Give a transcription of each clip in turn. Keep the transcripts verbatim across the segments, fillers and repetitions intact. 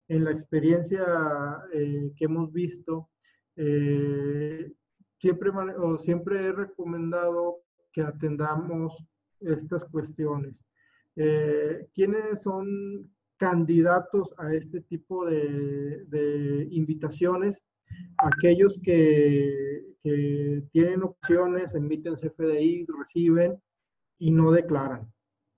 en la experiencia eh, que hemos visto, eh, siempre, o siempre he recomendado que atendamos estas cuestiones. Eh, ¿Quiénes son candidatos a este tipo de, de invitaciones? Aquellos que, que tienen opciones, emiten C F D I, reciben y no declaran.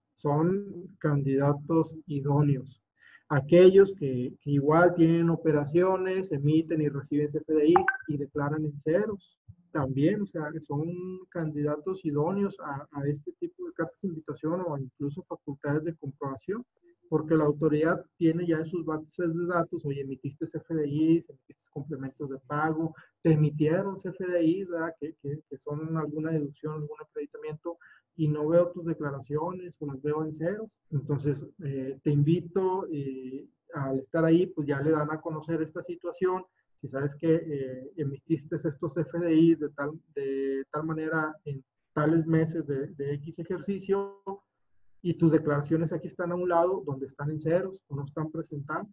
Son candidatos idóneos. Aquellos que, que igual tienen operaciones, emiten y reciben C F D I y declaran en ceros. También, o sea, son candidatos idóneos a, a este tipo de cartas de invitación o incluso facultades de comprobación, porque la autoridad tiene ya en sus bases de datos, oye, emitiste C F D Is, emitiste complementos de pago, te emitieron C F D I, ¿verdad? Que, que, que son alguna deducción, algún acreditamiento, y no veo tus declaraciones o las veo en ceros. Entonces, eh, te invito, eh, al estar ahí, pues ya le dan a conocer esta situación. Si sabes que eh, emitiste estos F D I de tal, de tal manera en tales meses de, de X ejercicio y tus declaraciones aquí están a un lado donde están en ceros o no están presentadas.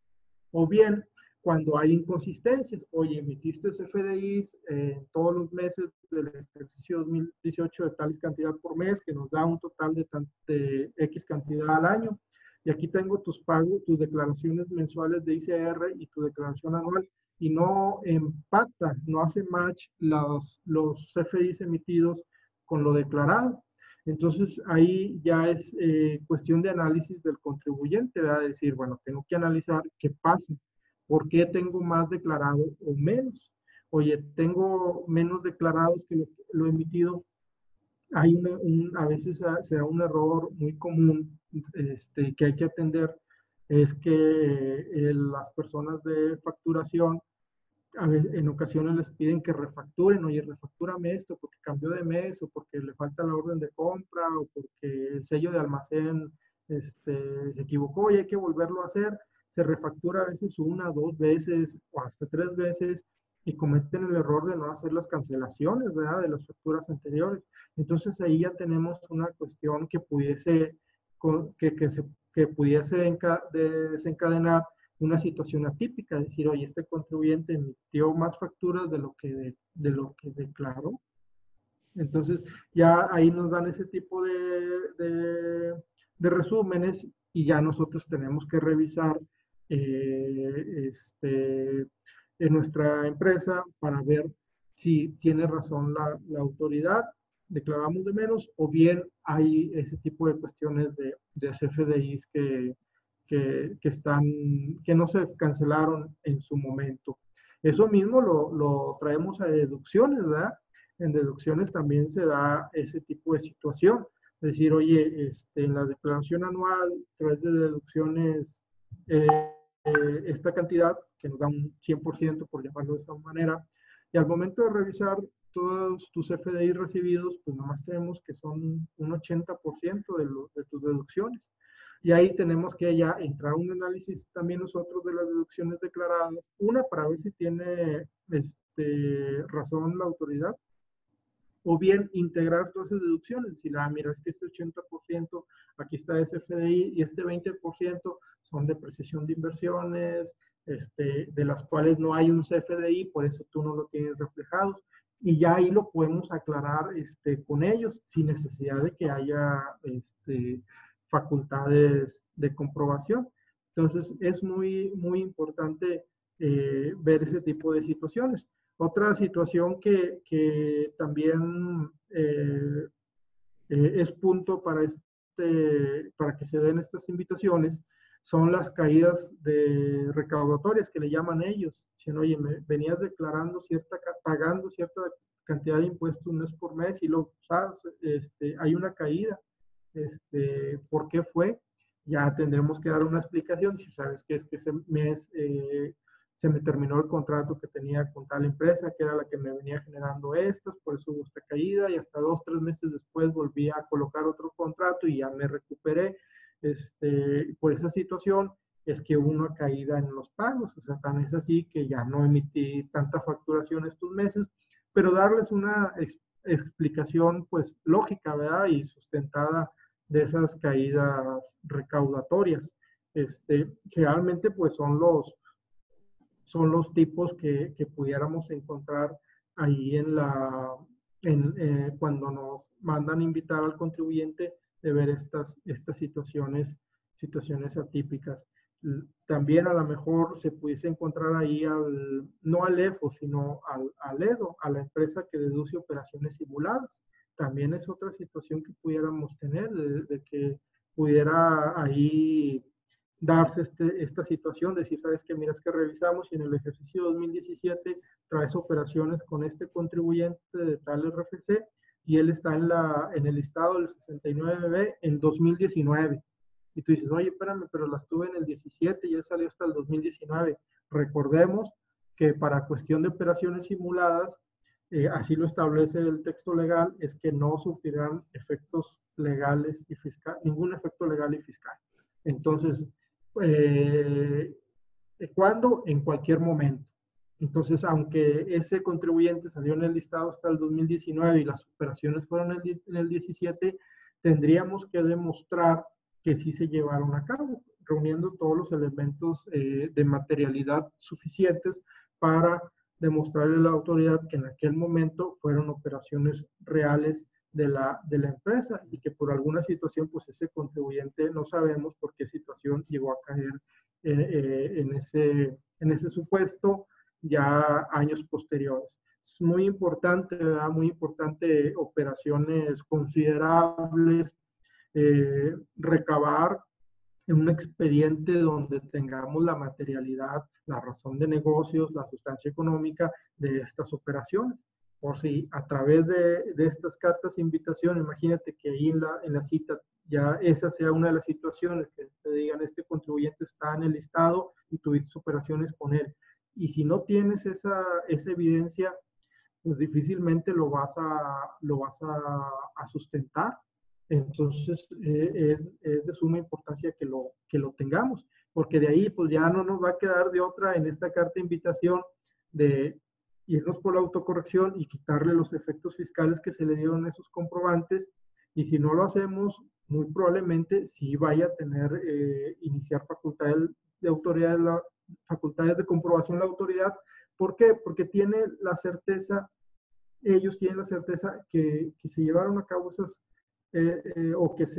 O bien, cuando hay inconsistencias, oye, emitiste F D Is eh, todos los meses del ejercicio dos mil dieciocho de tales cantidad por mes, que nos da un total de, de X cantidad al año. Y aquí tengo tus pagos, tus declaraciones mensuales de I C R y tu declaración anual, y no empata, no hace match los, los F D Is emitidos con lo declarado. Entonces, ahí ya es eh, cuestión de análisis del contribuyente, ¿verdad? Decir, bueno, tengo que analizar qué pasa, por qué tengo más declarado o menos. Oye, tengo menos declarados que lo, lo emitido. Hay una, un, a veces se da un error muy común este, que hay que atender, es que eh, las personas de facturación a veces, en ocasiones les piden que refacturen, oye, refactúrame esto porque cambió de mes o porque le falta la orden de compra o porque el sello de almacén este, se equivocó y hay que volverlo a hacer. Se refactura a veces una, dos veces o hasta tres veces y cometen el error de no hacer las cancelaciones, ¿verdad? De las facturas anteriores. Entonces ahí ya tenemos una cuestión que pudiese, que, que se, que pudiese desencadenar una situación atípica, es decir, oye, este contribuyente emitió más facturas de lo que, de, de lo que declaró. Entonces, ya ahí nos dan ese tipo de, de, de resúmenes y ya nosotros tenemos que revisar eh, este, en nuestra empresa para ver si tiene razón la, la autoridad, declaramos de menos, o bien hay ese tipo de cuestiones de, de C F D Is que, que, que, están, que no se cancelaron en su momento. Eso mismo lo, lo traemos a deducciones, ¿verdad? En deducciones también se da ese tipo de situación. Es decir, oye, este, en la declaración anual traes de deducciones eh, eh, esta cantidad, que nos da un cien por ciento, por llamarlo de esta manera, y al momento de revisar todos tus F D I recibidos, pues nomás tenemos que son un ochenta por ciento de, lo, de tus deducciones. Y ahí tenemos que ya entrar a un análisis también nosotros de las deducciones declaradas, una para ver si tiene este, razón la autoridad, o bien integrar todas esas deducciones. Si la, mira, es que este ochenta por ciento, aquí está ese F D I, y este veinte por ciento son depreciación de inversiones, este, de las cuales no hay un C F D I, por eso tú no lo tienes reflejado. Y ya ahí lo podemos aclarar este, con ellos, sin necesidad de que haya este, facultades de comprobación. Entonces, es muy, muy importante eh, ver ese tipo de situaciones. Otra situación que, que también eh, eh, es punto para, este, para que se den estas invitaciones son las caídas de recaudatorias que le llaman ellos. Dicen, oye, me venías declarando cierta, pagando cierta cantidad de impuestos mes por mes y lo sabes, este, hay una caída. Este, ¿por qué fue? Ya tendremos que dar una explicación. Si sabes que es que ese mes eh, se me terminó el contrato que tenía con tal empresa, que era la que me venía generando estas, por eso hubo esta caída, y hasta dos, tres meses después volví a colocar otro contrato y ya me recuperé. Este, por esa situación es que hubo una caída en los pagos, o sea, tan es así que ya no emití tanta facturación estos meses, pero darles una ex explicación pues lógica, ¿verdad? Y sustentada de esas caídas recaudatorias. Este, generalmente pues son los, son los tipos que, que pudiéramos encontrar ahí en la, en, eh, cuando nos mandan invitar al contribuyente de ver estas, estas situaciones, situaciones atípicas. También a lo mejor se pudiese encontrar ahí al, no al E F O, sino al, al E D O, a la empresa que deduce operaciones simuladas. También es otra situación que pudiéramos tener, de, de que pudiera ahí darse este, esta situación, decir, sabes que mira, es que revisamos y en el ejercicio dos mil diecisiete traes operaciones con este contribuyente de tal R F C y él está en, la, en el listado del sesenta y nueve B en dos mil diecinueve. Y tú dices, oye, espérame, pero las tuve en el diecisiete y él salió hasta el dos mil diecinueve. Recordemos que para cuestión de operaciones simuladas, eh, así lo establece el texto legal, es que no sufrirán efectos legales y fiscales, ningún efecto legal y fiscal. Entonces, eh, ¿cuándo? En cualquier momento. Entonces, aunque ese contribuyente salió en el listado hasta el dos mil diecinueve y las operaciones fueron en el, en el diecisiete, tendríamos que demostrar que sí se llevaron a cabo, reuniendo todos los elementos eh, de materialidad suficientes para demostrarle a la autoridad que en aquel momento fueron operaciones reales de la, de la empresa y que por alguna situación, pues ese contribuyente no sabemos por qué situación llegó a caer en, eh, en, ese, en ese supuesto ya años posteriores. Es muy importante, ¿verdad? Muy importante operaciones considerables, eh, recabar en un expediente donde tengamos la materialidad, la razón de negocios, la sustancia económica de estas operaciones. Por si a través de, de estas cartas de invitación, imagínate que ahí en la, en la cita ya esa sea una de las situaciones que te digan este contribuyente está en el listado y tuviste operaciones con él. Y si no tienes esa, esa evidencia, pues difícilmente lo vas a, lo vas a, a sustentar. Entonces, eh, es, es, de suma importancia que lo, que lo tengamos, porque de ahí pues ya no nos va a quedar de otra en esta carta de invitación de irnos por la autocorrección y quitarle los efectos fiscales que se le dieron a esos comprobantes, y si no lo hacemos, muy probablemente sí vaya a tener, eh, iniciar facultades de autoridad, la, facultades de comprobación la autoridad. ¿Por qué? Porque tiene la certeza, ellos tienen la certeza que, que se llevaron a cabo esas Eh, eh, o que se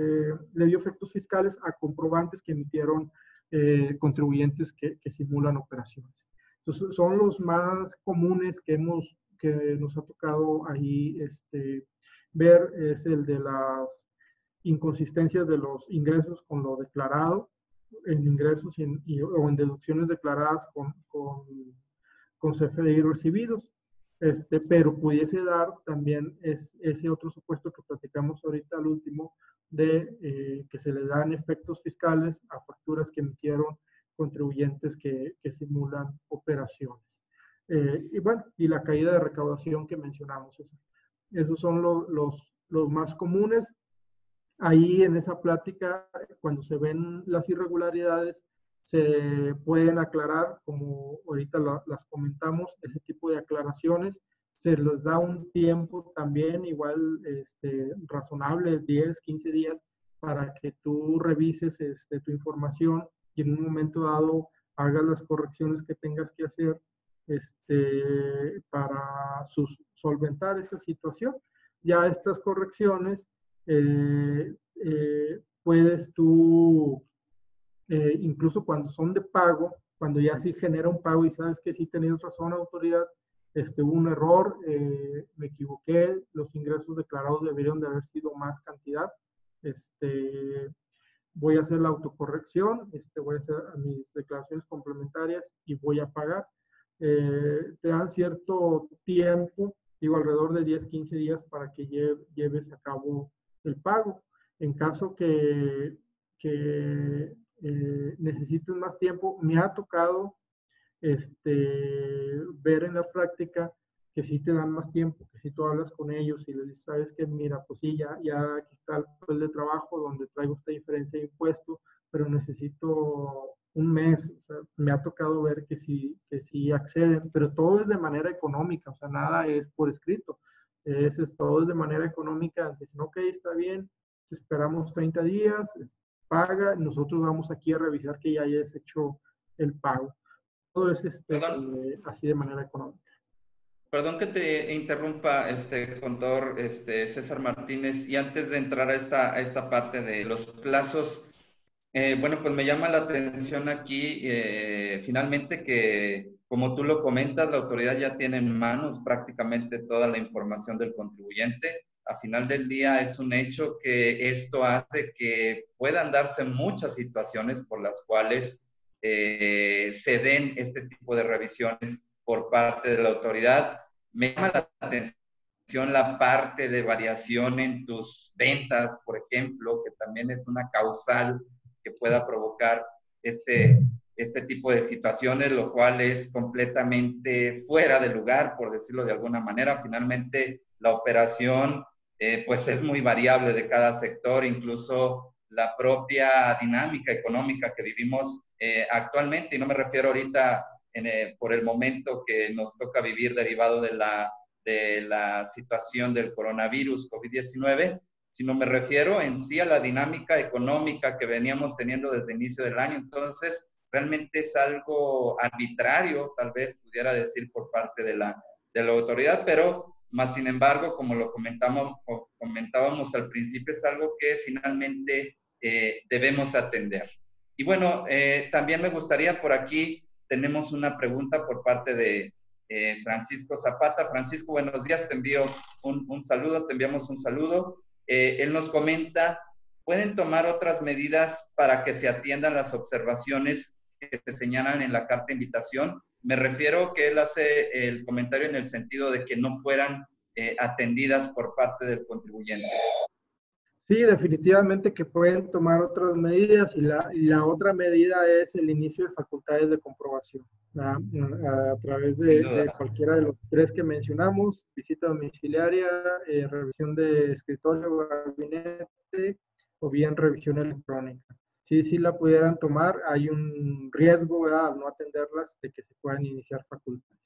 le dio efectos fiscales a comprobantes que emitieron eh, contribuyentes que, que simulan operaciones. Entonces, son los más comunes que, hemos, que nos ha tocado ahí este, ver, es el de las inconsistencias de los ingresos con lo declarado, en ingresos y en, y, o en deducciones declaradas con, con, con C F D I recibidos. Este, pero pudiese dar también es, ese otro supuesto que platicamos ahorita al último, de eh, que se le dan efectos fiscales a facturas que emitieron contribuyentes que, que simulan operaciones. Eh, y bueno, y la caída de recaudación que mencionamos. Eso. Esos son lo, los, los más comunes. Ahí en esa plática, cuando se ven las irregularidades, se pueden aclarar, como ahorita la, las comentamos, ese tipo de aclaraciones. Se les da un tiempo también igual este, razonable, diez, quince días, para que tú revises este, tu información y en un momento dado hagas las correcciones que tengas que hacer este, para sus, solventar esa situación. Ya estas correcciones eh, eh, puedes tú Eh, incluso cuando son de pago, cuando ya sí genera un pago y sabes que sí tenías razón, autoridad, este, hubo un error, eh, me equivoqué, los ingresos declarados deberían de haber sido más cantidad, este, voy a hacer la autocorrección, este, voy a hacer mis declaraciones complementarias y voy a pagar. Eh, te dan cierto tiempo, digo alrededor de diez, quince días para que lleve, lleves a cabo el pago. En caso que, que eh, necesites más tiempo, me ha tocado este, ver en la práctica que sí te dan más tiempo, que si tú hablas con ellos y les dices, sabes que mira, pues sí, ya, ya aquí está el papel de trabajo donde traigo esta diferencia de impuesto, pero necesito un mes. O sea, me ha tocado ver que sí, que sí acceden, pero todo es de manera económica, o sea, nada es por escrito. Es, es todo es de manera económica. Dicen, ok, está bien, esperamos treinta días, paga, nosotros vamos aquí a revisar que ya hayas hecho el pago. Todo es este, eh, así de manera económica. Perdón que te interrumpa, este, contador este, César Martínez, y antes de entrar a esta, a esta parte de los plazos, eh, bueno, pues me llama la atención aquí, eh, finalmente que, como tú lo comentas, la autoridad ya tiene en manos prácticamente toda la información del contribuyente. A final del día es un hecho que esto hace que puedan darse muchas situaciones por las cuales eh, se den este tipo de revisiones por parte de la autoridad. Me llama la atención la parte de variación en tus ventas, por ejemplo, que también es una causal que pueda provocar este, este tipo de situaciones, lo cual es completamente fuera de lugar, por decirlo de alguna manera. Finalmente, la operación eh, pues es muy variable de cada sector, incluso la propia dinámica económica que vivimos eh, actualmente, y no me refiero ahorita en, eh, por el momento que nos toca vivir derivado de la, de la situación del coronavirus COVID diecinueve, sino me refiero en sí a la dinámica económica que veníamos teniendo desde el inicio del año. Entonces, realmente es algo arbitrario, tal vez pudiera decir, por parte de la, de la autoridad, pero más sin embargo, como lo comentamos, comentábamos al principio, es algo que finalmente eh, debemos atender. Y bueno, eh, también me gustaría por aquí, tenemos una pregunta por parte de eh, Francisco Zapata. Francisco, buenos días, te envío un, un saludo, te enviamos un saludo. Eh, él nos comenta, ¿pueden tomar otras medidas para que se atiendan las observaciones que se señalan en la carta de invitación? Me refiero que él hace el comentario en el sentido de que no fueran eh, atendidas por parte del contribuyente. Sí, definitivamente que pueden tomar otras medidas y la, y la otra medida es el inicio de facultades de comprobación, a, a través de, de cualquiera de los tres que mencionamos: visita domiciliaria, eh, revisión de escritorio o gabinete, o bien revisión electrónica. Sí, sí la pudieran tomar, hay un riesgo, ¿verdad?, al no atenderlas, de que se puedan iniciar facultades.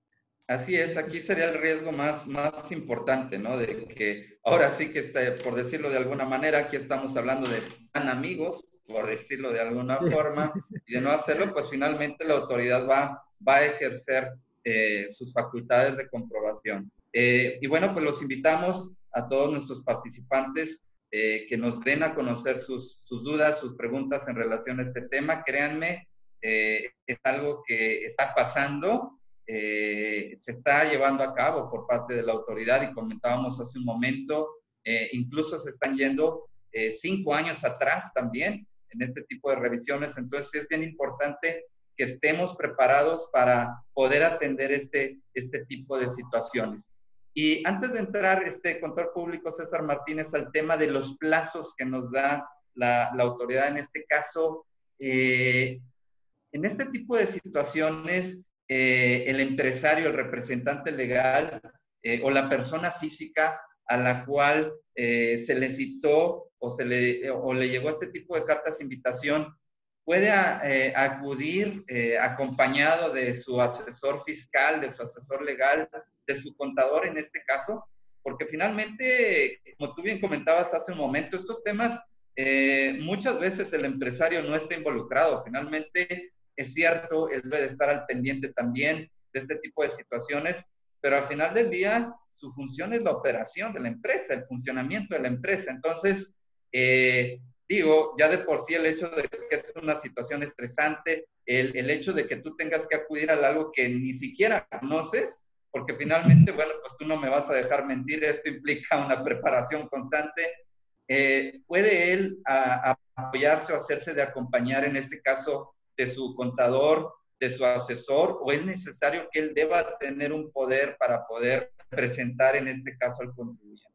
Así es, aquí sería el riesgo más, más importante, ¿no? De que ahora sí que, está, por decirlo de alguna manera, aquí estamos hablando de tan amigos, por decirlo de alguna Sí. forma, y de no hacerlo, pues finalmente la autoridad va, va a ejercer eh, sus facultades de comprobación. Eh, y bueno, pues los invitamos a todos nuestros participantes eh, que nos den a conocer sus, sus dudas, sus preguntas en relación a este tema. Créanme, eh, es algo que está pasando. Eh, se está llevando a cabo por parte de la autoridad, y comentábamos hace un momento, eh, incluso se están yendo eh, cinco años atrás también en este tipo de revisiones. Entonces es bien importante que estemos preparados para poder atender este, este tipo de situaciones. Y antes de entrar, este contador público César Martínez, al tema de los plazos que nos da la, la autoridad en este caso, eh, en este tipo de situaciones, eh, el empresario, el representante legal eh, o la persona física a la cual eh, se le citó o, se le, o le llegó este tipo de cartas de invitación, puede eh, acudir eh, acompañado de su asesor fiscal, de su asesor legal, de su contador en este caso, porque finalmente, como tú bien comentabas hace un momento, estos temas eh, muchas veces el empresario no está involucrado. Finalmente, es cierto, él debe estar al pendiente también de este tipo de situaciones, pero al final del día su función es la operación de la empresa, el funcionamiento de la empresa. Entonces, eh, digo, ya de por sí el hecho de que es una situación estresante, el, el hecho de que tú tengas que acudir a algo que ni siquiera conoces, porque finalmente, bueno, pues tú no me vas a dejar mentir, esto implica una preparación constante. Eh, ¿Puede él a, a apoyarse o hacerse de acompañar, en este caso, de su contador, de su asesor, o es necesario que él deba tener un poder para poder presentar, en este caso, al contribuyente?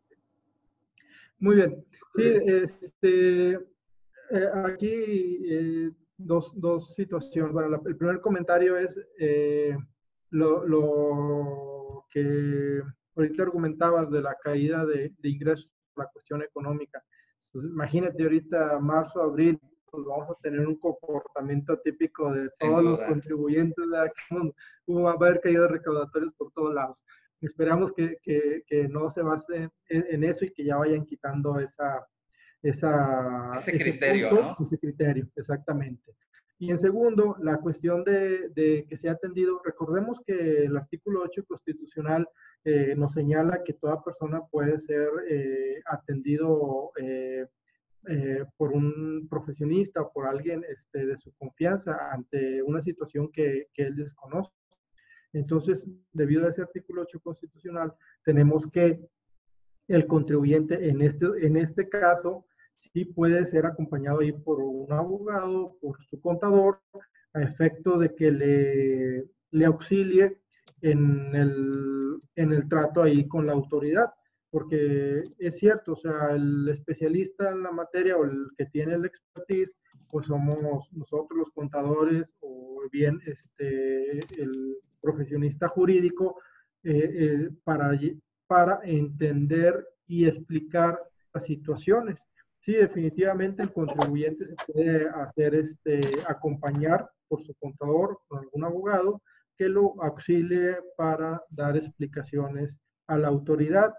Muy bien. Sí, este, eh, aquí eh, dos, dos situaciones. Bueno, la, el primer comentario es eh, lo, lo que ahorita argumentabas de la caída de, de ingresos por la cuestión económica. Entonces, imagínate ahorita marzo, abril, pues vamos a tener un comportamiento típico de todos los contribuyentes, de aquí, va a haber caídas recaudatorias por todos lados. Esperamos que, que, que no se base en, en eso y que ya vayan quitando esa, esa, ese ese criterio, punto, ¿no? ese criterio, exactamente. Y en segundo, la cuestión de, de que sea atendido, recordemos que el artículo ocho constitucional eh, nos señala que toda persona puede ser eh, atendido eh, eh, por un profesionista o por alguien este, de su confianza ante una situación que, que él desconoce. Entonces, debido a ese artículo ocho constitucional, tenemos que el contribuyente en este, en este caso sí puede ser acompañado ahí por un abogado, por su contador, a efecto de que le, le auxilie en el, en el trato ahí con la autoridad. Porque es cierto, o sea, el especialista en la materia o el que tiene el expertise, pues somos nosotros los contadores o bien este, el profesionista jurídico eh, eh, para, para entender y explicar las situaciones. Sí, definitivamente el contribuyente se puede hacer este, acompañar por su contador, con algún abogado, que lo auxilie para dar explicaciones a la autoridad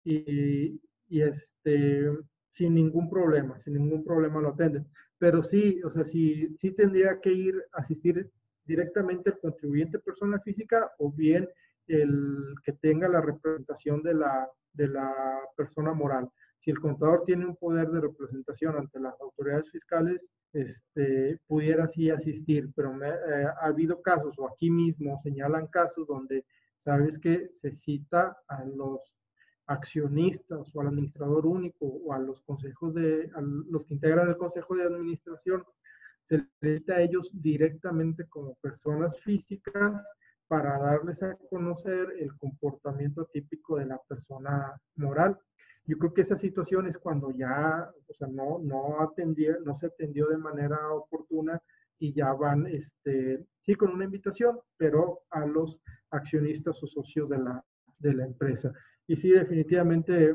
y, y este, sin ningún problema, sin ningún problema lo atenden. Pero sí, o sea, sí, sí tendría que ir a asistir directamente el contribuyente persona física o bien el que tenga la representación de la, de la persona moral. Si el contador tiene un poder de representación ante las autoridades fiscales, este, pudiera sí asistir, pero me, eh, ha habido casos, o aquí mismo señalan casos donde sabes que se cita a los accionistas o al administrador único o a los consejos de, a los que integran el consejo de administración, se les cita a ellos directamente como personas físicas para darles a conocer el comportamiento típico de la persona moral. Yo creo que esa situación es cuando ya, o sea, no, no, atendió, no se atendió de manera oportuna y ya van, este, sí, con una invitación, pero a los accionistas o socios de la, de la empresa. Y sí, definitivamente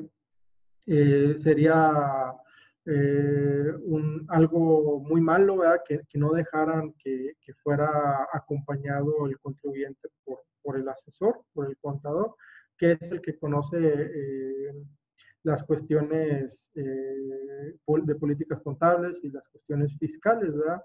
eh, sería eh, un, algo muy malo, ¿verdad? Que, que no dejaran que, que, fuera acompañado el contribuyente por, por, el asesor, por el contador, que es el que conoce eh, las cuestiones eh, de políticas contables y las cuestiones fiscales, ¿verdad?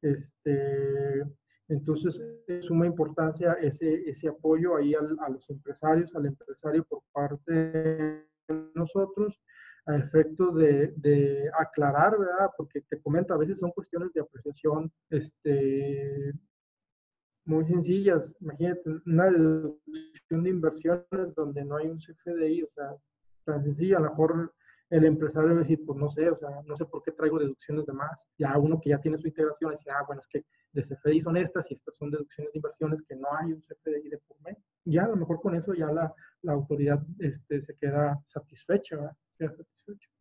Este, entonces, es suma importancia ese, ese apoyo ahí al, a los empresarios, al empresario por parte de nosotros, a efectos de, de aclarar, ¿verdad? Porque te comento, a veces son cuestiones de apreciación este, muy sencillas. Imagínate una deducción de inversiones donde no hay un C F D I, o sea, tan sencilla. A lo mejor el empresario va a decir, pues no sé, o sea, no sé por qué traigo deducciones de más. Ya uno que ya tiene su integración dice, ah, bueno, es que de C F D I son estas y estas son deducciones de inversiones que no hay un C F D I de por medio. Ya a lo mejor con eso ya la, la autoridad este, se queda satisfecha, ¿verdad? Queda satisfecha.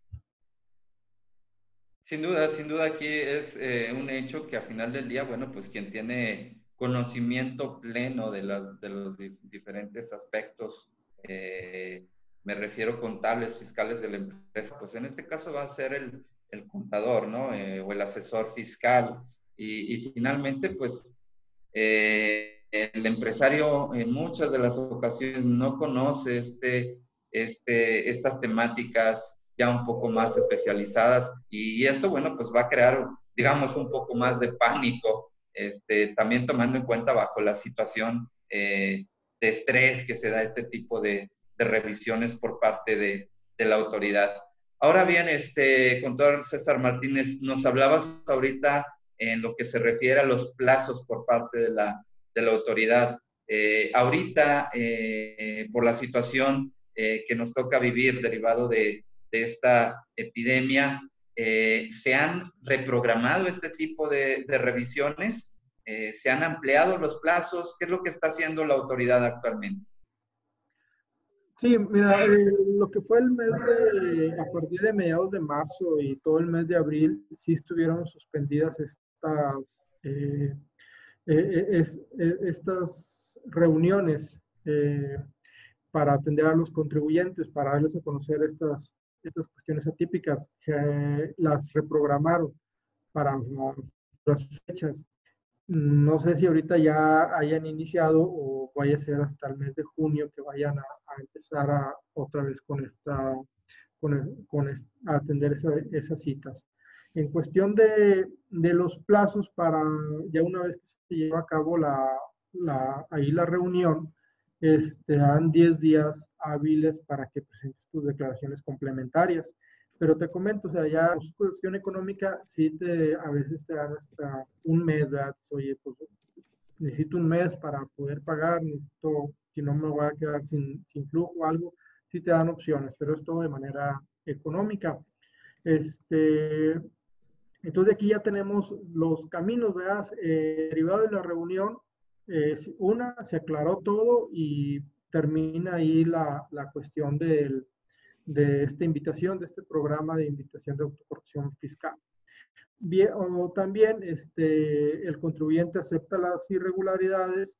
Sin duda, sin duda aquí es eh, un hecho que a final del día, bueno, pues quien tiene conocimiento pleno de, las, de los di diferentes aspectos, eh, me refiero contables, fiscales de la empresa, pues en este caso va a ser el, el contador, ¿no? Eh, o el asesor fiscal. Y, y finalmente, pues eh, el empresario en muchas de las ocasiones no conoce este, este, estas temáticas ya un poco más especializadas y, y esto, bueno, pues va a crear, digamos, un poco más de pánico, este, también tomando en cuenta bajo la situación eh, de estrés que se da este tipo de, de revisiones por parte de, de la autoridad. Ahora bien, este, contador César Martínez, nos hablabas ahorita en lo que se refiere a los plazos por parte de la, de la autoridad. Eh, ahorita, eh, por la situación eh, que nos toca vivir derivado de, de esta epidemia, eh, ¿se han reprogramado este tipo de, de revisiones? Eh, ¿Se han ampliado los plazos? ¿Qué es lo que está haciendo la autoridad actualmente? Sí, mira, eh, lo que fue el mes de, a partir de mediados de marzo y todo el mes de abril, sí estuvieron suspendidas estas, eh, eh, es, eh, estas reuniones eh, para atender a los contribuyentes, para darles a conocer estas, estas cuestiones atípicas, que las reprogramaron para las fechas. No sé si ahorita ya hayan iniciado o vaya a ser hasta el mes de junio que vayan a, a empezar a, otra vez con esta con, el, con el, atender esa, esas citas. En cuestión de, de los plazos para, ya una vez que se lleva a cabo la, la, ahí la reunión, este, dan diez días hábiles para que presentes tus declaraciones complementarias. Pero te comento, o sea, ya por cuestión económica, sí te, a veces te dan hasta un mes, ¿verdad? Oye, pues necesito un mes para poder pagar, necesito, si no me voy a quedar sin, sin flujo o algo, sí te dan opciones, pero es todo de manera económica. Este, entonces aquí ya tenemos los caminos, ¿verdad? Eh, derivado de la reunión, eh, una, se aclaró todo y termina ahí la, la cuestión del, de esta invitación, de este programa de invitación de autocorrección fiscal. Bien, o también este, el contribuyente acepta las irregularidades,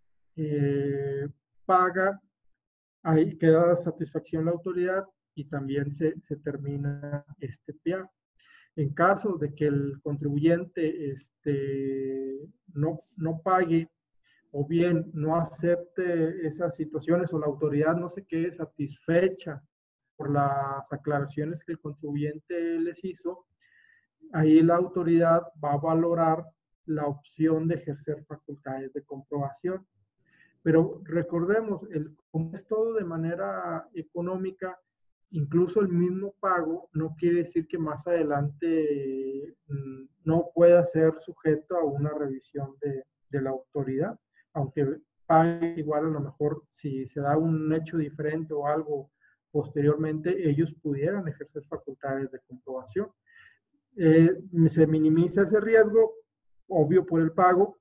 eh, paga, ahí queda satisfacción la autoridad y también se, se termina este P I A. En caso de que el contribuyente este, no, no pague o bien no acepte esas situaciones o la autoridad no se quede satisfecha por las aclaraciones que el contribuyente les hizo, ahí la autoridad va a valorar la opción de ejercer facultades de comprobación. Pero recordemos, el, como es todo de manera económica, incluso el mismo pago no quiere decir que más adelante mmm, no pueda ser sujeto a una revisión de, de la autoridad, aunque pague igual a lo mejor si se da un hecho diferente o algo posteriormente, ellos pudieran ejercer facultades de comprobación. Eh, se minimiza ese riesgo, obvio por el pago,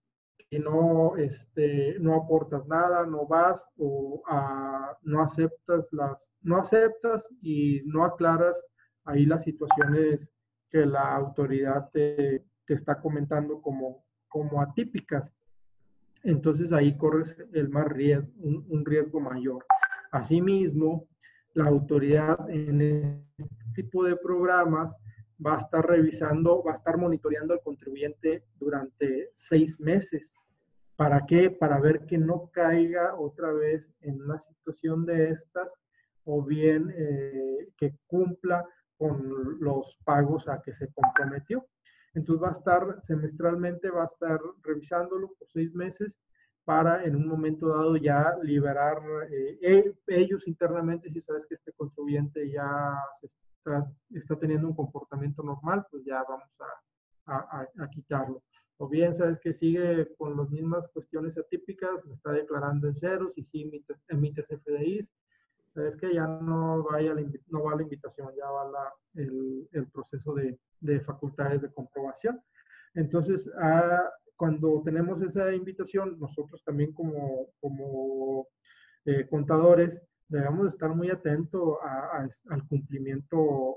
y no, este, no aportas nada, no vas o a, no aceptas las, no aceptas y no aclaras ahí las situaciones que la autoridad te, te está comentando como, como atípicas. Entonces ahí corres el más riesgo, un, un riesgo mayor. Asimismo, la autoridad en este tipo de programas va a estar revisando, va a estar monitoreando al contribuyente durante seis meses. ¿Para qué? Para ver que no caiga otra vez en una situación de estas o bien eh, que cumpla con los pagos a que se comprometió. Entonces va a estar semestralmente, va a estar revisándolo por seis meses para en un momento dado ya liberar eh, ellos internamente, si sabes que este contribuyente ya se está, está teniendo un comportamiento normal, pues ya vamos a, a, a quitarlo. O bien sabes que sigue con las mismas cuestiones atípicas, me está declarando en ceros y sí emite C F D Is, es que ya no, vaya la, no va la invitación, ya va la, el, el proceso de, de facultades de comprobación. Entonces, ah, cuando tenemos esa invitación, nosotros también como, como eh, contadores debemos estar muy atentos a, a, al cumplimiento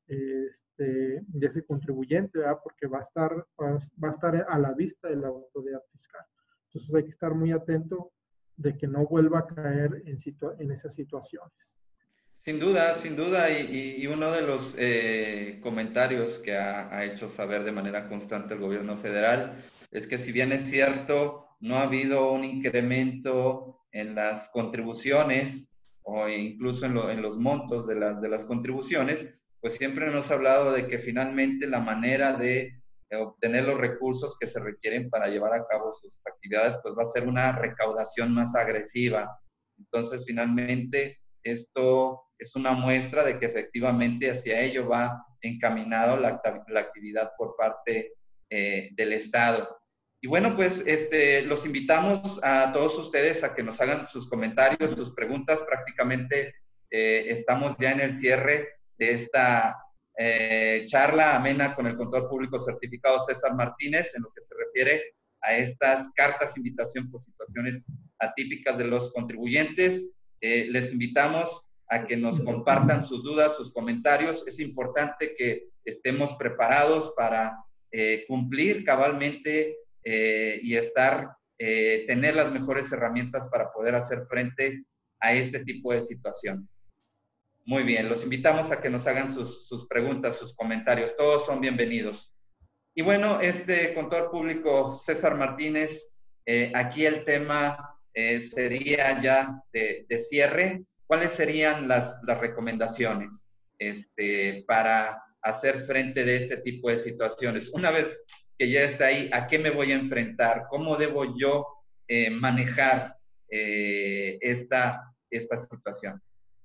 este, de ese contribuyente, ¿verdad? Porque va a, estar, va a estar a la vista de la autoridad fiscal. Entonces hay que estar muy atento de que no vuelva a caer en, en esas situaciones. Sin duda, sin duda, y, y uno de los eh, comentarios que ha, ha hecho saber de manera constante el gobierno federal es que si bien es cierto, no ha habido un incremento en las contribuciones o incluso en, lo, en los montos de las, de las contribuciones, pues siempre nos ha hablado de que finalmente la manera de obtener los recursos que se requieren para llevar a cabo sus actividades, pues va a ser una recaudación más agresiva. Entonces, finalmente, esto es una muestra de que efectivamente hacia ello va encaminado la, la actividad por parte eh, del Estado. Y bueno, pues este, los invitamos a todos ustedes a que nos hagan sus comentarios, sus preguntas. Prácticamente eh, estamos ya en el cierre de esta eh, charla amena con el contador público certificado César Martínez en lo que se refiere a estas cartas de invitación por situaciones atípicas de los contribuyentes. Eh, les invitamos a que nos compartan sus dudas, sus comentarios. Es importante que estemos preparados para eh, cumplir cabalmente eh, y estar, eh, tener las mejores herramientas para poder hacer frente a este tipo de situaciones. Muy bien, los invitamos a que nos hagan sus, sus preguntas, sus comentarios. Todos son bienvenidos. Y bueno, este contador público César Martínez, eh, aquí el tema eh, sería ya de, de cierre. ¿Cuáles serían las, las recomendaciones? este, para hacer frente de este tipo de situaciones. Una vez que ya está ahí, ¿a qué me voy a enfrentar? ¿Cómo debo yo eh, manejar eh, esta, esta situación?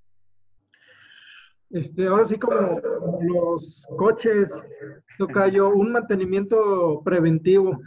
Este, ahora sí como los coches, tocayo, un mantenimiento preventivo.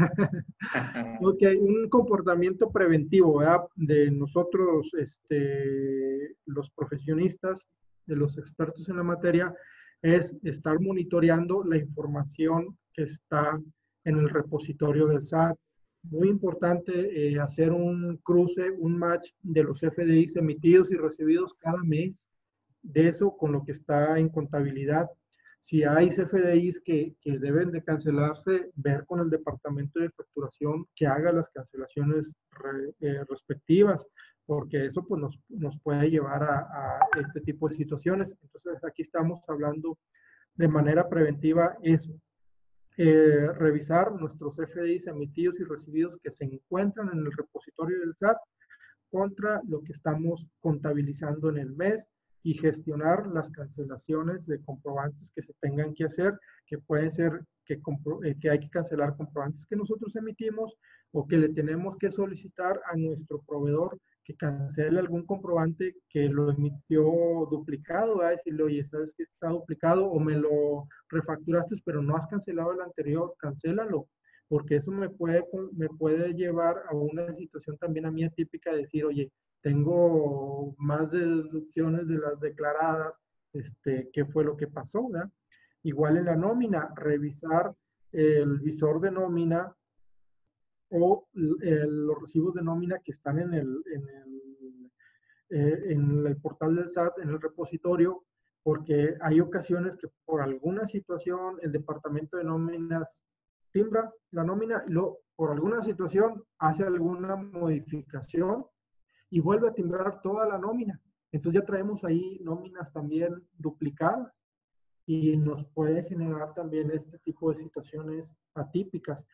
Ok, un comportamiento preventivo, ¿verdad? De nosotros, este, los profesionistas, de los expertos en la materia, es estar monitoreando la información que está en el repositorio del S A T. Muy importante eh, hacer un cruce, un match de los F D Is emitidos y recibidos cada mes, de eso con lo que está en contabilidad. Si hay C F D Is que, que deben de cancelarse, ver con el departamento de facturación que haga las cancelaciones re, eh, respectivas, porque eso pues, nos, nos puede llevar a, a este tipo de situaciones. Entonces aquí estamos hablando de manera preventiva eso. Eh, revisar nuestros F D Is emitidos y recibidos que se encuentran en el repositorio del S A T contra lo que estamos contabilizando en el mes y gestionar las cancelaciones de comprobantes que se tengan que hacer, que pueden ser que, eh, que hay que cancelar comprobantes que nosotros emitimos o que le tenemos que solicitar a nuestro proveedor que cancele algún comprobante que lo emitió duplicado, a decirle, oye, ¿sabes que está duplicado? O me lo refacturaste, pero no has cancelado el anterior, cancélalo, porque eso me puede, me puede llevar a una situación también a mí atípica de decir, oye, tengo más deducciones de las declaradas, este, ¿qué fue lo que pasó? ¿verdad? Igual en la nómina, revisar el visor de nómina o el, los recibos de nómina que están en el, en el, eh, en el portal del S A T, en el repositorio, porque hay ocasiones que por alguna situación el departamento de nóminas timbra la nómina y luego por alguna situación hace alguna modificación y vuelve a timbrar toda la nómina. Entonces ya traemos ahí nóminas también duplicadas y nos puede generar también este tipo de situaciones atípicas.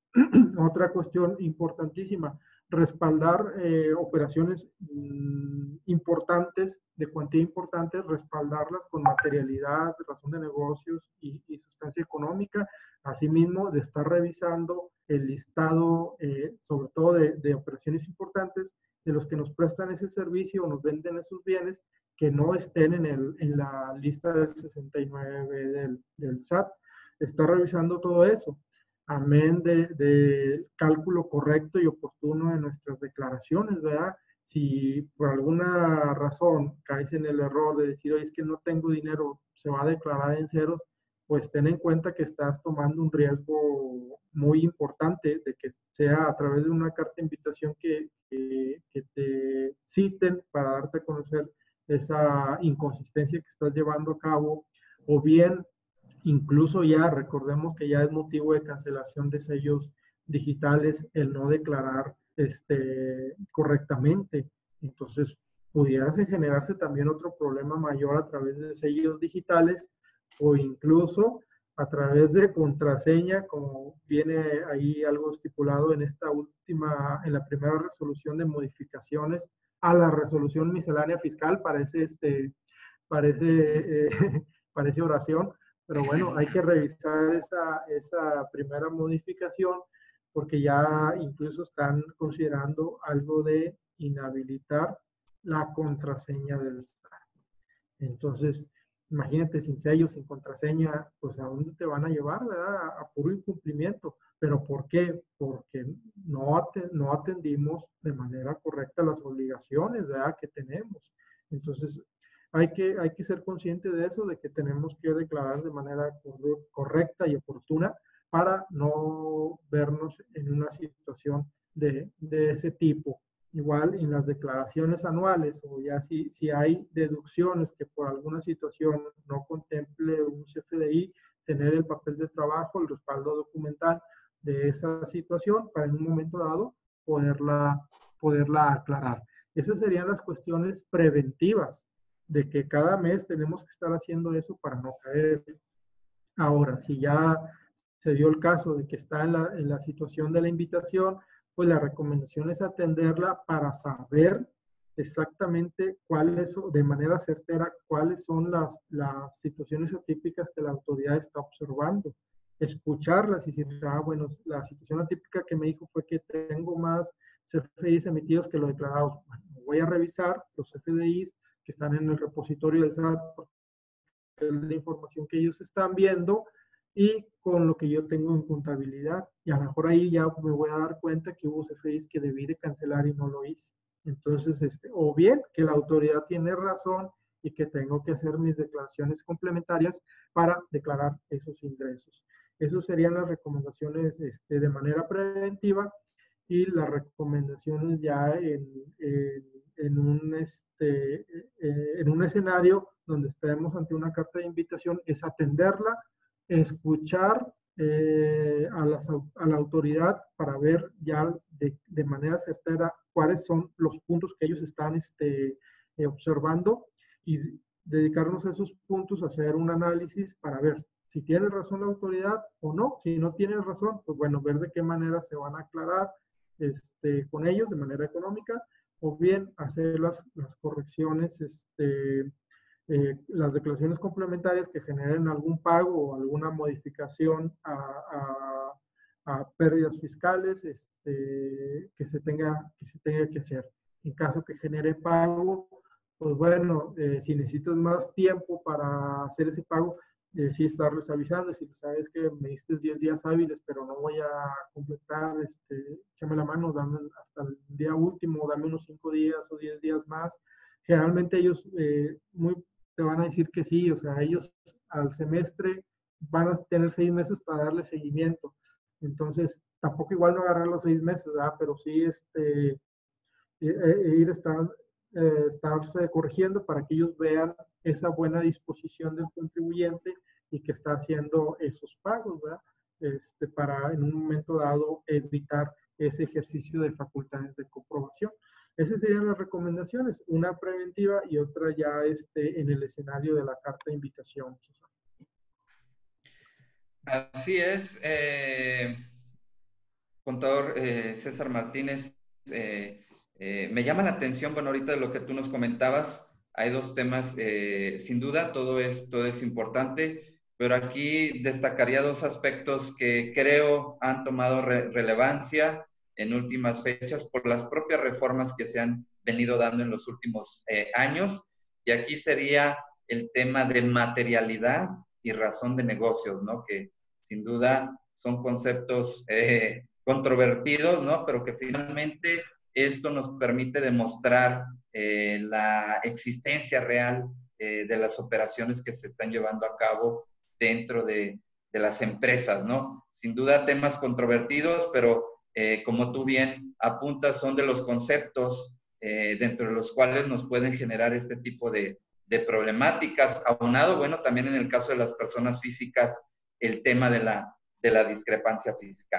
Otra cuestión importantísima, respaldar eh, operaciones mmm, importantes, de cuantía importante, respaldarlas con materialidad, razón de negocios y, y sustancia económica. Asimismo, de estar revisando el listado, eh, sobre todo de, de operaciones importantes, de los que nos prestan ese servicio o nos venden esos bienes que no estén en, el, en la lista del sesenta y nueve del, del S A T. Está revisando todo eso. Amén de, de cálculo correcto y oportuno de nuestras declaraciones, ¿verdad? Si por alguna razón caes en el error de decir, oye, es que no tengo dinero, se va a declarar en ceros, pues ten en cuenta que estás tomando un riesgo muy importante de que sea a través de una carta de invitación que, que, que te citen para darte a conocer esa inconsistencia que estás llevando a cabo, o bien incluso ya recordemos que ya es motivo de cancelación de sellos digitales el no declarar este, correctamente. Entonces, pudiera generarse también otro problema mayor a través de sellos digitales o incluso a través de contraseña, como viene ahí algo estipulado en esta última, en la primera resolución de modificaciones a la resolución miscelánea fiscal, parece, este, parece, eh, parece oración, pero bueno, hay que revisar esa, esa primera modificación porque ya incluso están considerando algo de inhabilitar la contraseña del S A T. Entonces, imagínate, sin sello, sin contraseña, pues a dónde te van a llevar, ¿verdad? A, a puro incumplimiento. ¿Pero por qué? Porque no, atend, no atendimos de manera correcta las obligaciones, ¿verdad? Que tenemos. Entonces, hay que, hay que ser consciente de eso, de que tenemos que declarar de manera correcta y oportuna para no vernos en una situación de, de ese tipo. Igual en las declaraciones anuales o ya si, si hay deducciones que por alguna situación no contemple un C F D I, tener el papel de trabajo, el respaldo documental de esa situación para en un momento dado poderla, poderla aclarar. Esas serían las cuestiones preventivas de que cada mes tenemos que estar haciendo eso para no caer. Ahora, si ya se dio el caso de que está en la, en la situación de la invitación, pues la recomendación es atenderla para saber exactamente cuáles, de manera certera, cuáles son las, las situaciones atípicas que la autoridad está observando. Escucharlas y decir, ah, bueno, la situación atípica que me dijo fue que tengo más C F Dis emitidos que lo declarado. Bueno, voy a revisar los C F Dis que están en el repositorio del S A T, que es la información que ellos están viendo, y con lo que yo tengo en contabilidad. Y a lo mejor ahí ya me voy a dar cuenta que hubo C F Dis que debí de cancelar y no lo hice. Entonces, este, o bien que la autoridad tiene razón y que tengo que hacer mis declaraciones complementarias para declarar esos ingresos. Esas serían las recomendaciones este, de manera preventiva, y las recomendaciones ya en, en, en, un, este, eh, en un escenario donde estemos ante una carta de invitación es atenderla, escuchar eh, a, las, a la autoridad para ver ya de, de manera certera cuáles son los puntos que ellos están este, eh, observando, y dedicarnos a esos puntos a hacer un análisis para ver si tiene razón la autoridad o no. Si no tiene razón, pues bueno, ver de qué manera se van a aclarar este, con ellos de manera económica, o bien hacer las, las correcciones, este, eh, las declaraciones complementarias que generen algún pago o alguna modificación a, a, a pérdidas fiscales este, que, se tenga, que se tenga que hacer. En caso que genere pago, pues bueno, eh, si necesitas más tiempo para hacer ese pago, eh, sí estarles avisando, si sabes que me diste diez días hábiles, pero no voy a completar, este, échame la mano, dame hasta el día último, dame unos cinco días o diez días más. Generalmente ellos eh, muy, te van a decir que sí, o sea, ellos al semestre van a tener seis meses para darle seguimiento. Entonces, tampoco igual no agarrar los seis meses, ¿verdad? Pero sí este, eh, eh, ir estar, eh, estarse corrigiendo para que ellos vean esa buena disposición del contribuyente y que está haciendo esos pagos, ¿verdad? Este, para en un momento dado evitar ese ejercicio de facultades de comprobación. Esas serían las recomendaciones, una preventiva y otra ya este, en el escenario de la carta de invitación. Así es, eh, contador eh, César Martínez. Eh, eh, me llama la atención, bueno, ahorita de lo que tú nos comentabas, hay dos temas, eh, sin duda, todo es, todo es importante, pero aquí destacaría dos aspectos que creo han tomado re relevancia en últimas fechas por las propias reformas que se han venido dando en los últimos eh, años, y aquí sería el tema de materialidad y razón de negocios, ¿no? Que sin duda son conceptos eh, controvertidos, ¿no? Pero que finalmente esto nos permite demostrar eh, la existencia real eh, de las operaciones que se están llevando a cabo dentro de, de las empresas, ¿no? Sin duda temas controvertidos, pero eh, como tú bien apuntas, son de los conceptos eh, dentro de los cuales nos pueden generar este tipo de, de problemáticas. Aunado, bueno, también en el caso de las personas físicas, el tema de la, de la discrepancia fiscal.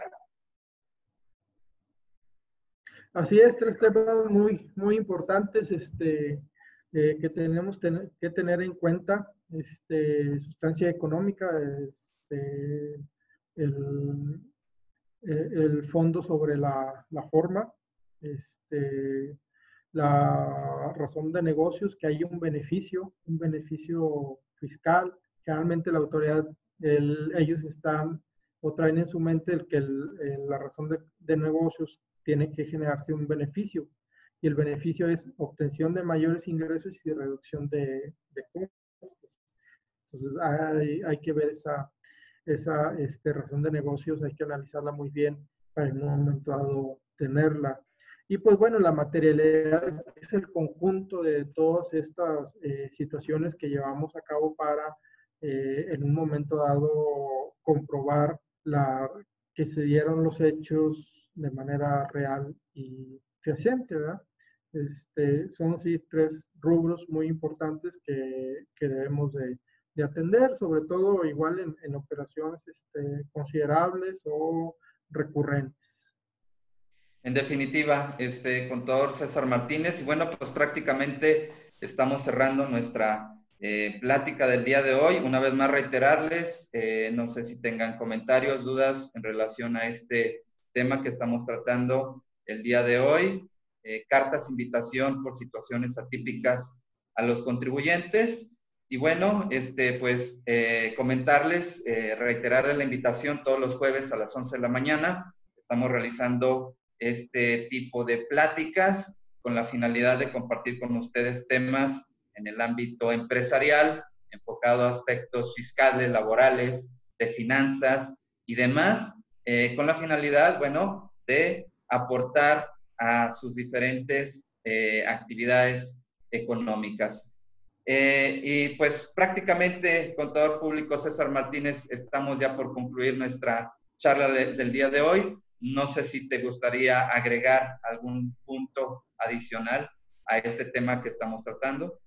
Así es, tres temas muy, muy importantes este, eh, que tenemos ten que tener en cuenta. Este, sustancia económica, este, el, el fondo sobre la, la forma, este, la razón de negocios, que hay un beneficio, un beneficio fiscal. Generalmente la autoridad, el, ellos están o traen en su mente el que el, el, la razón de, de negocios tiene que generarse un beneficio, y el beneficio es obtención de mayores ingresos y reducción de, de costos. Entonces hay, hay que ver esa, esa este, razón de negocios, hay que analizarla muy bien para en un momento dado tenerla. Y pues bueno, la materialidad es el conjunto de todas estas eh, situaciones que llevamos a cabo para eh, en un momento dado comprobar la, que se dieron los hechos de manera real y fehaciente, ¿verdad? Este, son sí tres rubros muy importantes que, que debemos de, de atender, sobre todo igual en, en operaciones este, considerables o recurrentes. En definitiva, este contador César Martínez, y bueno, pues prácticamente estamos cerrando nuestra eh, plática del día de hoy. Una vez más reiterarles, eh, no sé si tengan comentarios, dudas en relación a este tema que estamos tratando el día de hoy. eh, cartas de invitación por situaciones atípicas a los contribuyentes. Y bueno, este, pues eh, comentarles, eh, reiterarles la invitación todos los jueves a las once de la mañana. Estamos realizando este tipo de pláticas con la finalidad de compartir con ustedes temas en el ámbito empresarial, enfocado a aspectos fiscales, laborales, de finanzas y demás, eh, con la finalidad, bueno, de aportar a sus diferentes eh, actividades económicas. Eh, y pues prácticamente, contador público César Martínez, estamos ya por concluir nuestra charla del día de hoy. No sé si te gustaría agregar algún punto adicional a este tema que estamos tratando.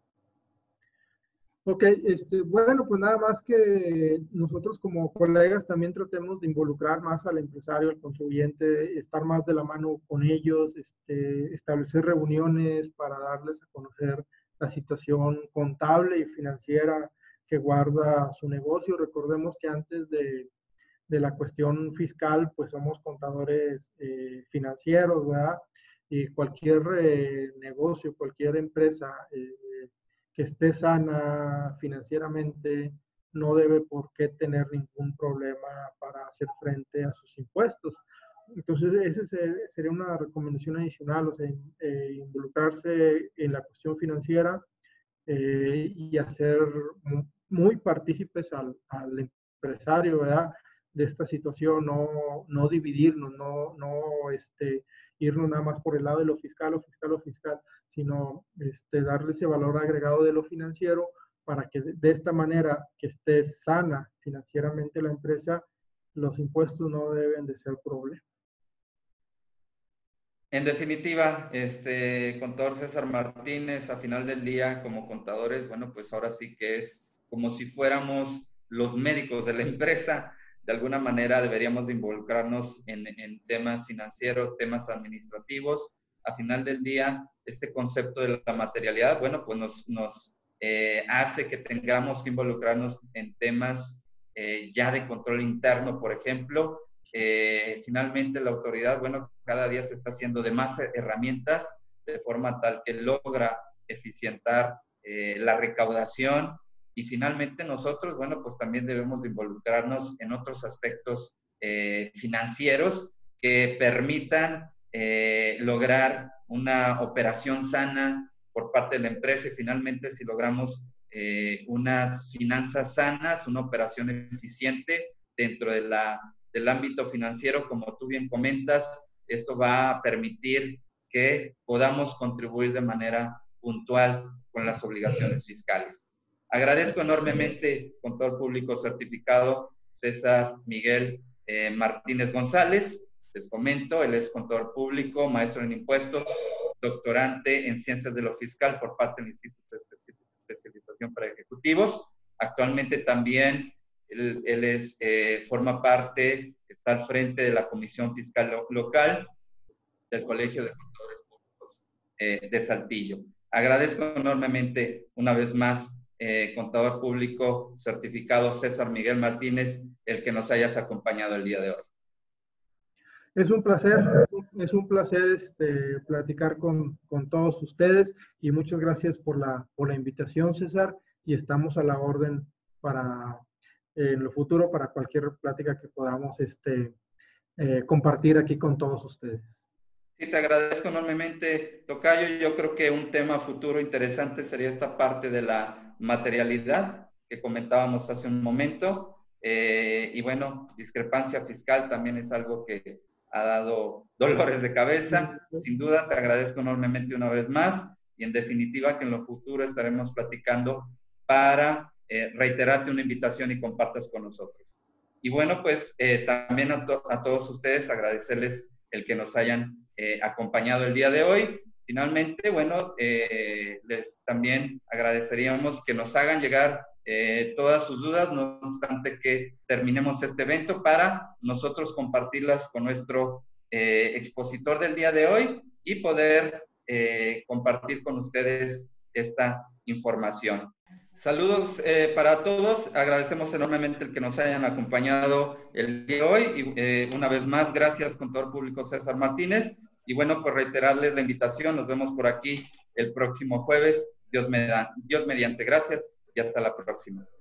Ok, este, bueno, pues nada más que nosotros como colegas también tratemos de involucrar más al empresario, al contribuyente, estar más de la mano con ellos, este, establecer reuniones para darles a conocer la situación contable y financiera que guarda su negocio. Recordemos que antes de, de la cuestión fiscal, pues somos contadores eh, financieros, ¿verdad? Y cualquier eh, negocio, cualquier empresa eh, que esté sana financieramente no debe por qué tener ningún problema para hacer frente a sus impuestos. Entonces, esa sería una recomendación adicional, o sea, eh, involucrarse en la cuestión financiera eh, y hacer muy partícipes al, al empresario, ¿verdad? De esta situación, no, no dividirnos, no, no este, irnos nada más por el lado de lo fiscal o fiscal o fiscal, sino este, darle ese valor agregado de lo financiero para que de, de esta manera que esté sana financieramente la empresa, los impuestos no deben de ser problema. En definitiva, este, contador César Martínez, a final del día, como contadores, bueno, pues ahora sí que es como si fuéramos los médicos de la empresa. De alguna manera deberíamos de involucrarnos en, en temas financieros, temas administrativos. A final del día, este concepto de la materialidad, bueno, pues nos, nos eh, hace que tengamos que involucrarnos en temas eh, ya de control interno, por ejemplo. Eh, finalmente la autoridad, bueno, cada día se está haciendo de más herramientas de forma tal que logra eficientar eh, la recaudación y finalmente nosotros, bueno, pues también debemos de involucrarnos en otros aspectos eh, financieros que permitan eh, lograr una operación sana por parte de la empresa y finalmente si logramos eh, unas finanzas sanas, una operación eficiente dentro de la del ámbito financiero, como tú bien comentas, esto va a permitir que podamos contribuir de manera puntual con las obligaciones fiscales. Agradezco enormemente, contador público certificado, César Miguel eh, Martínez González. Les comento, él es contador público, maestro en impuestos, doctorante en ciencias de lo fiscal por parte del Instituto de Especialización para Ejecutivos. Actualmente también Él, él es, eh, forma parte, está al frente de la Comisión Fiscal lo, Local del Colegio de Contadores Públicos eh, de Saltillo. Agradezco enormemente una vez más, eh, contador público certificado César Miguel Martínez, el que nos hayas acompañado el día de hoy. Es un placer, es un placer este, platicar con, con todos ustedes y muchas gracias por la, por la invitación, César, y estamos a la orden para en lo futuro para cualquier plática que podamos este, eh, compartir aquí con todos ustedes. Sí, te agradezco enormemente, Tocayo. Yo creo que un tema futuro interesante sería esta parte de la materialidad que comentábamos hace un momento. Eh, y bueno, discrepancia fiscal también es algo que ha dado dolores de cabeza. Sin duda, te agradezco enormemente una vez más y en definitiva que en lo futuro estaremos platicando para Eh, reiterarte una invitación y compartas con nosotros. Y bueno, pues eh, también a, to a todos ustedes agradecerles el que nos hayan eh, acompañado el día de hoy. Finalmente, bueno, eh, les también agradeceríamos que nos hagan llegar eh, todas sus dudas, no obstante que terminemos este evento, para nosotros compartirlas con nuestro eh, expositor del día de hoy y poder eh, compartir con ustedes esta información. Saludos eh, para todos. Agradecemos enormemente el que nos hayan acompañado el día de hoy. Y eh, una vez más, gracias, contador público César Martínez. Y bueno, pues reiterarles la invitación. Nos vemos por aquí el próximo jueves. Dios, me da, Dios mediante. Gracias y hasta la próxima.